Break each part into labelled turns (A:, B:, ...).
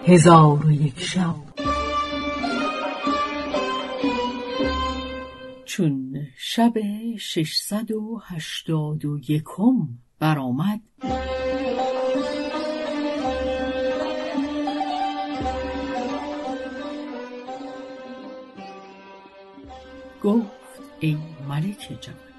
A: 1001 شب.
B: چون شب 681 برآمد، گفت ای ملک جوانبخت،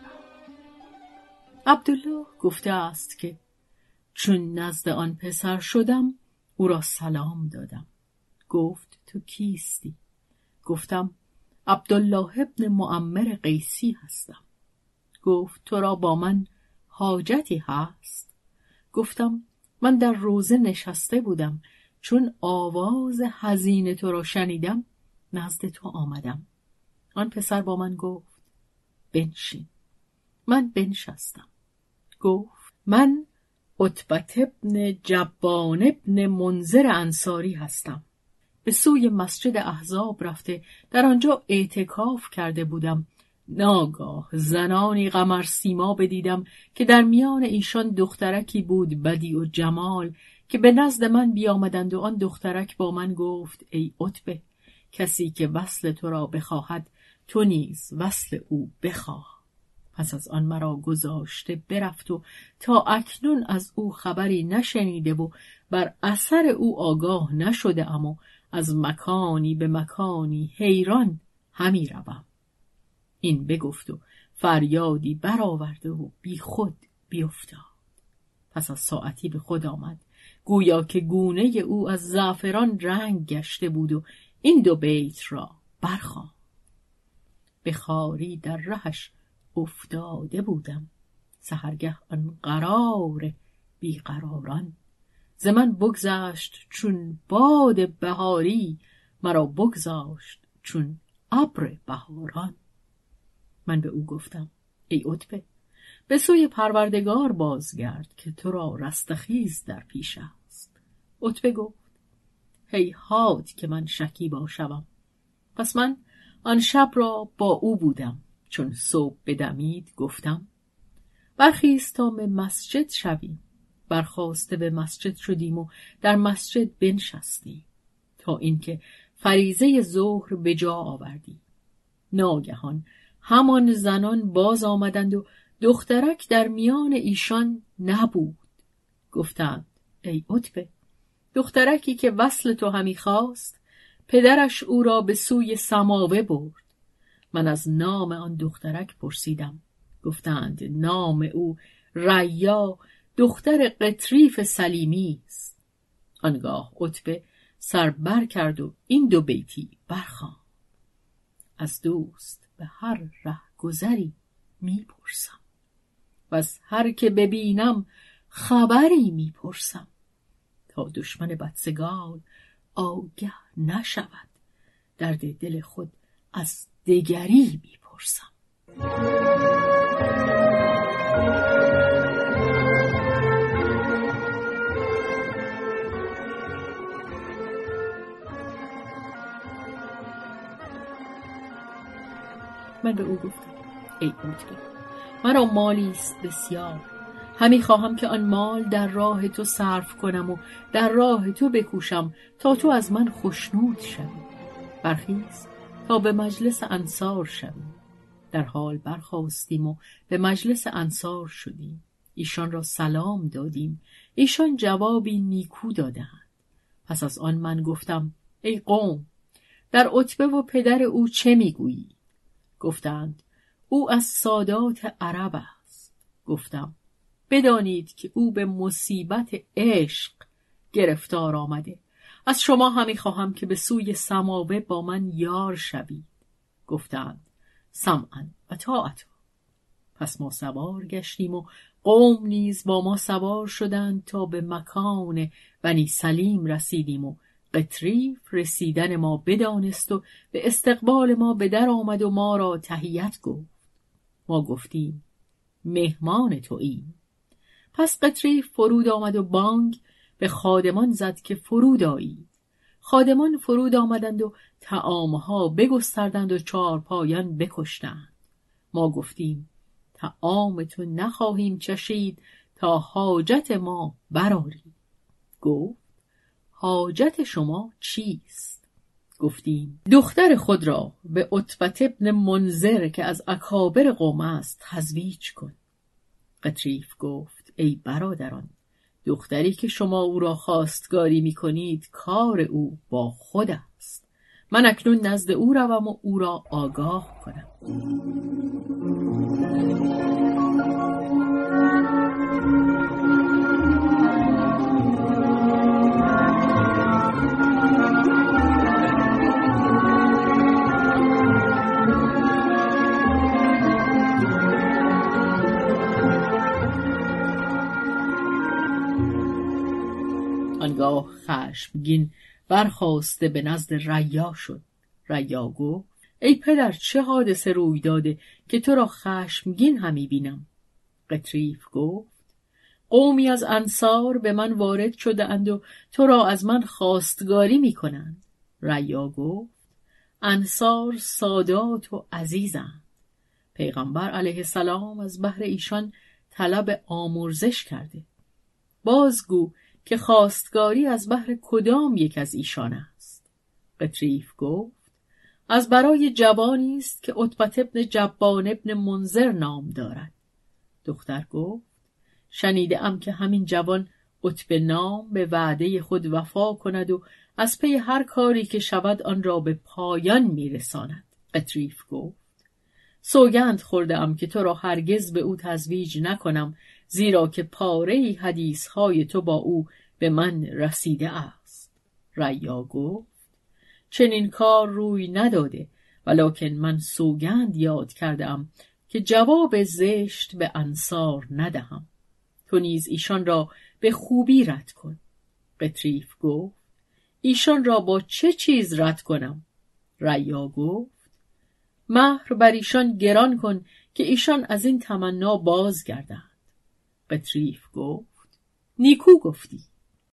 B: عبدالله گفته است که چون نزد آن پسر شدم او را سلام دادم. گفت تو کیستی؟ گفتم عبدالله ابن معمر قیسی هستم. گفت تو را با من حاجتی هست؟ گفتم من در روضه نشسته بودم، چون آواز حزین تو را شنیدم نزد تو آمدم. آن پسر با من گفت بنشین. من بنشستم. گفت من عتبت ابن جبان ابن منذر انصاری هستم. به سوی مسجد احزاب رفته در آنجا اعتکاف کرده بودم. ناگاه زنانی قمر سیما بدیدم که در میان ایشان دخترکی بود بدیع و جمال که به نزد من بیامدند و آن دخترک با من گفت ای عتبه، کسی که وصل تو را بخواهد تو نیز وصل او بخواه. پس از آن مرا گذاشته برفت و تا اکنون از او خبری نشنیده و بر اثر او آگاه نشده ام و از مکانی به مکانی حیران همی روم. این بگفت و فریادی برآورده و بی خود بیفتاد. پس از ساعتی به خود آمد، گویا که گونه او از زعفران رنگ گشته بود و این دو بیت را برخواند: به خواری در رهش افتاده بودم، سحرگه آن قرار بیقراران. ز من بگذشت چون باد بهاری، مرا بگذاشت چون ابر بهاران. من به او گفتم ای عتبه، به سوی پروردگار بازگرد که تو را رستخیز در پیش است. عتبه گفت هیهات که من شکیبا شوم. پس من آن شب را با او بودم. چون صبح بدمید گفتم برخیز تا به مسجد شویم. برخاسته به مسجد شدیم و در مسجد بنشستیم تا اینکه فریضه ظهر به جا آوردیم. ناگهان همان زنان باز آمدند و دخترک در میان ایشان نبود. گفتند ای عتبه، دخترکی که وصل تو همی خواست پدرش او را به سوی سماوه برد. من از نام آن دخترک پرسیدم. گفتند نام او ریا دختر قطریف سلیمی است. آنگاه عتبه سر بر کرد و این دو بیتی برخواند: از دوست به هر ره گذری میپرسم، و از هر که ببینم خبری میپرسم، تا دشمن بدسگال آگه نشود، درد دل خود از دگری میپرسم. من به او گفتم ای عتبه، مرا مالی است بسیار، همی خواهم که آن مال در راه تو صرف کنم و در راه تو بکوشم تا تو از من خوشنود شوی. برخیز تا به مجلس انصار شویم. در حال برخاستیم و به مجلس انصار شدیم. ایشان را سلام دادیم. ایشان جوابی نیکو دادند. پس از آن من گفتم ای قوم، در عتبه و پدر او چه میگویی؟ گفتند او از سادات عرب است. گفتم بدانید که او به مصیبت عشق گرفتار آمده. از شما همی خواهم که به سوی سماوه با من یار شوید. گفتند سمعا و طاعتا. پس ما سوار گشتیم و قوم نیز با ما سوار شدند تا به مکان بنی سلیم رسیدیم و قطریف رسیدن ما بدانست و به استقبال ما به در آمد و ما را تحیت گفت. ما گفتیم مهمان توییم. پس قطریف فرود آمد و بانگ به خادمان زد که فرود آیید. خادمان فرود آمدند و طعامها بگستردند و چارپایان بکشتند. ما گفتیم طعام تو نخواهیم چشید تا حاجت ما برآری. گفت حاجت شما چیست؟ گفتیم دختر خود را به عتبة ابن منذر که از اکابر قوم است تزویج کن. قطریف گفت ای برادران، دختری که شما او را خواستگاری می کنید کار او با خود است. من اکنون نزد او روم و او را آگاه کنم. آنگاه خشمگین برخاسته به نزد ریا شد. ریا گفت ای پدر، چه حادثه روی داده که تو را خشمگین همی بینم؟ قطریف گفت قومی از انصار به من وارد شده اند و تو را از من خواستگاری می کنند. ریا گفت انصار سادات و عزیزند. پیغمبر علیه السلام از بهر ایشان طلب آمرزش کرده. بازگو که خواستگاری از بهر کدام یک از ایشان است؟ قطریف گفت از برای جوانی است که عتبة ابن جبان ابن منذر نام دارد. دختر گفت شنیده ام که همین جوان عتبه نام به وعده خود وفا کند و از پی هر کاری که شود آن را به پایان میرساند. قطریف گفت سوگند خورده ام که تو را هرگز به او تزویج نکنم، زیرا که پاره حدیث های تو با او به من رسیده است. ریا گفت چنین کار روی نداده، ولکن من سوگند یاد کرده ام که جواب زشت به انصار ندهم. تو نیز ایشان را به خوبی رد کن. قطریف گفت ایشان را با چه چیز رد کنم؟ ریا گفت مهر بر ایشان گران کن که ایشان از این تمنا بازگردند. قطریف گفت نیکو گفتی.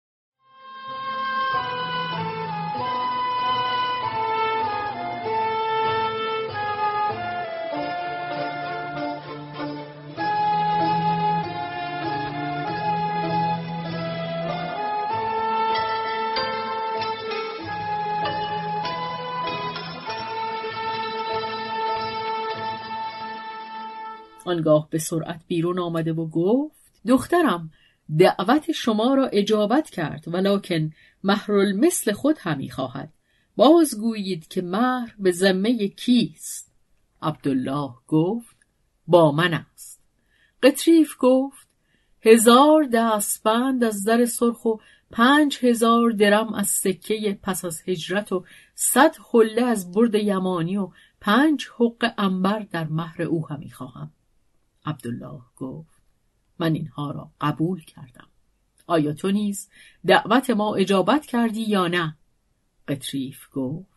B: آنگاه به سرعت بیرون آمده و گفت دخترم دعوت شما را اجابت کرد، ولکن مهرالمثل خود همی خواهد. بازگویید که مهر به ذمه کیست؟ عبدالله گفت با من است. قطریف گفت 1000 دستبند از زر سرخ و 5000 درم از سکه پس از هجرت و 100 حله از برد یمانی و 5 حق عنبر در مهر او همی خواهم. عبدالله گفت من اینها را قبول کردم. آیا تو نیز دعوت ما اجابت کردی یا نه؟ قطریف گفت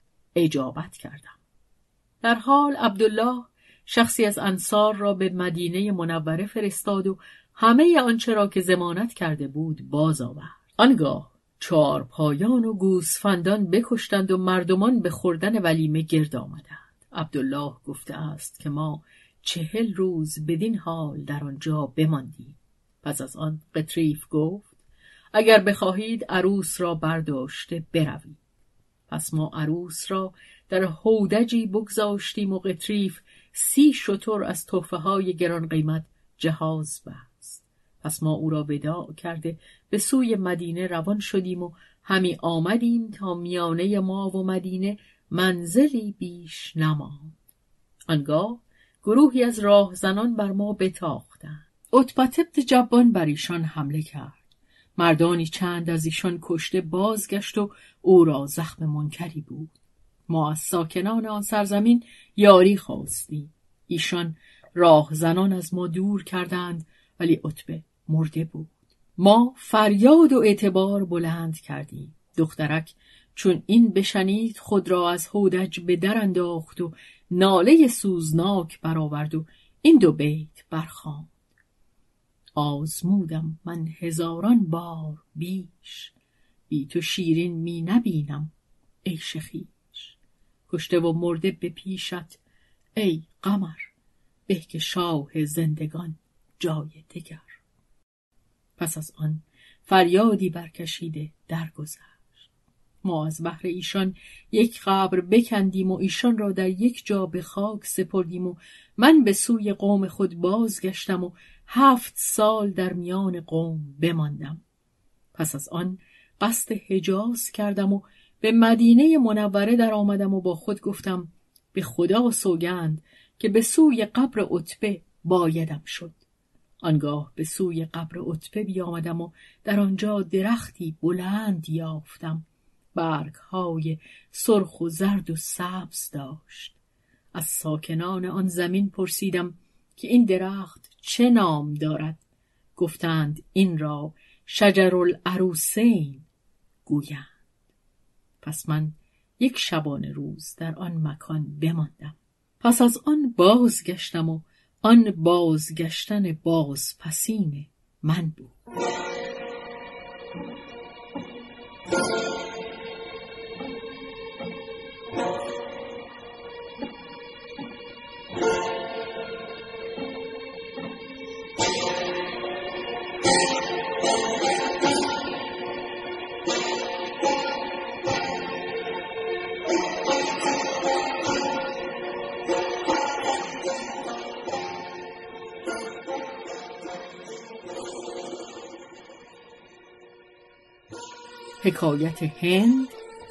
B: اجابت کردم. در حال عبدالله شخصی از انصار را به مدینه منوره فرستاد و همه آنچه را که ضمانت کرده بود باز آورد. آنگاه 4 پایان و گوسفندان بکشتند و مردمان به خوردن ولیمه گرد آمدند. عبدالله گفته است که ما 40 روز بدین حال در آنجا بماندیم. پس از آن قطریف گفت اگر بخواهید عروس را برداشته بروید. پس ما عروس را در هودجی بگذاشتیم و قطریف 30 شتر از تحفه های گران قیمت جهاز بست. پس ما او را وداع کرده به سوی مدینه روان شدیم و همی آمدیم تا میانه ما و مدینه منزلی بیش نماند. آنگاه گروهی از راهزنان بر ما بتاختند. عتبة ابن جبان بر ایشان حمله کرد. مردانی چند از ایشان کشته بازگشت و او را زخم منکری بود. ما از ساکنان آن سرزمین یاری خواستیم. ایشان راهزنان از ما دور کردند، ولی عتبه مرده بود. ما فریاد و اعتبار بلند کردیم. دخترک چون این بشنید خود را از هودج به در انداخت و ناله سوزناک برآورد و این 2 بیت برخواند: آزمودم من 1000 بار بیش، بی تو شیرین می نبینم عیش خویش. کشته و مرده به پیشت ای قمر، به که شاه زندگان جای دگر. پس از آن فریادی برکشیده درگذشت. ما از بهر ایشان یک قبر بکندیم و ایشان را در یک جا به خاک سپردیم و من به سوی قوم خود بازگشتم و 7 سال در میان قوم بماندم. پس از آن قصد حجاز کردم و به مدینه منوره در آمدم و با خود گفتم به خدا سوگند که به سوی قبر عتبه بایدم شد. آنگاه به سوی قبر عتبه بیامدم و در آنجا درختی بلند یافتم. برگ‌های سرخ و زرد و سبز داشت. از ساکنان آن زمین پرسیدم که این درخت چه نام دارد؟ گفتند این را شجرالعروسین گویند. پس من 1 شبانه روز در آن مکان بماندم. پس از آن بازگشتم و آن بازگشتن بازپسین من بود. حکایت هند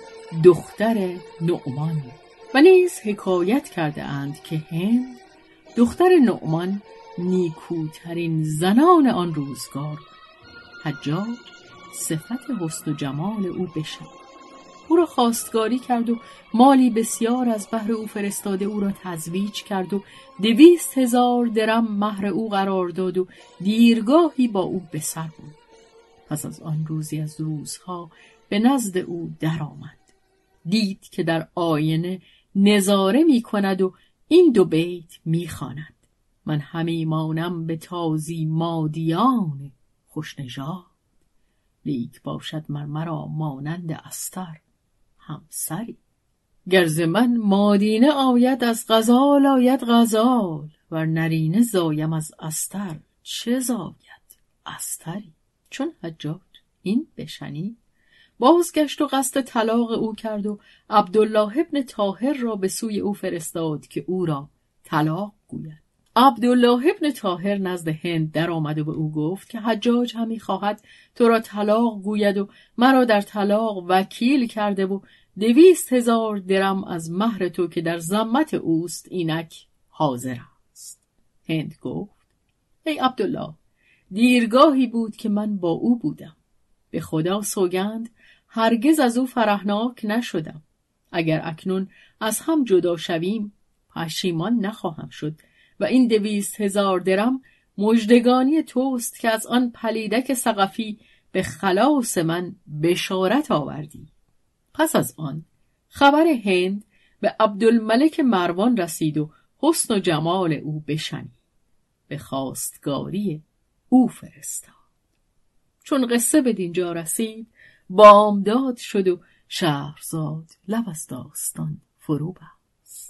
B: دختر نعمان. و نیز حکایت کرده اند که هند دختر نعمان نیکوترین زنان آن روزگار. حجاج صفت حسن و جمال او بشنید، او را خواستگاری کرد و مالی بسیار از بهر او فرستاده او را تزویج کرد و 200,000 درم مهر او قرار داد و دیرگاهی با او به سر برد. پس از آن روزی از روزها به نزد او درآمد. دید که در آینه نظاره می کند و این 2 بیت می خواند: من همی مانم به تازی مادیان خوشنژاد، لیک باشد مرا مانند استر همسری. گر ز من مادینه آید از غزال آید غزال، ور نرینه زایم از استر چه زاید استری. چون حجاج این بشنید بازگشت و قصد طلاق او کرد و عبدالله ابن طاهر را به سوی او فرستاد که او را طلاق گوید. عبدالله ابن طاهر نزد هند در آمد و به او گفت که حجاج همی خواهد تو را طلاق گوید و مرا در طلاق وکیل کرده و 200,000 درم از مهر تو که در ذمت اوست اینک حاضر است. هند گفت ای عبدالله، دیرگاهی بود که من با او بودم. به خدا سوگند هرگز از او فرحناک نشدم. اگر اکنون از هم جدا شویم پشیمان نخواهم شد و این 200,000 درم مژدگانی توست که از آن پلیدک ثقفی به خلاص من بشارت آوردی. پس از آن خبر هند به عبدالملک مروان رسید و حسن و جمال او بشنید. به خواستگاری او فرستاد. چون قصه به دینجا رسید بامداد شد و شهرزاد لب از داستان فرو بست.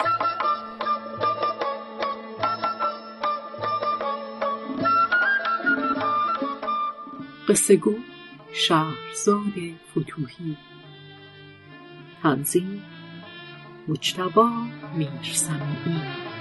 B: قصه گو شهرزاد فتوحی. تنظیم مجتبی میرسمی.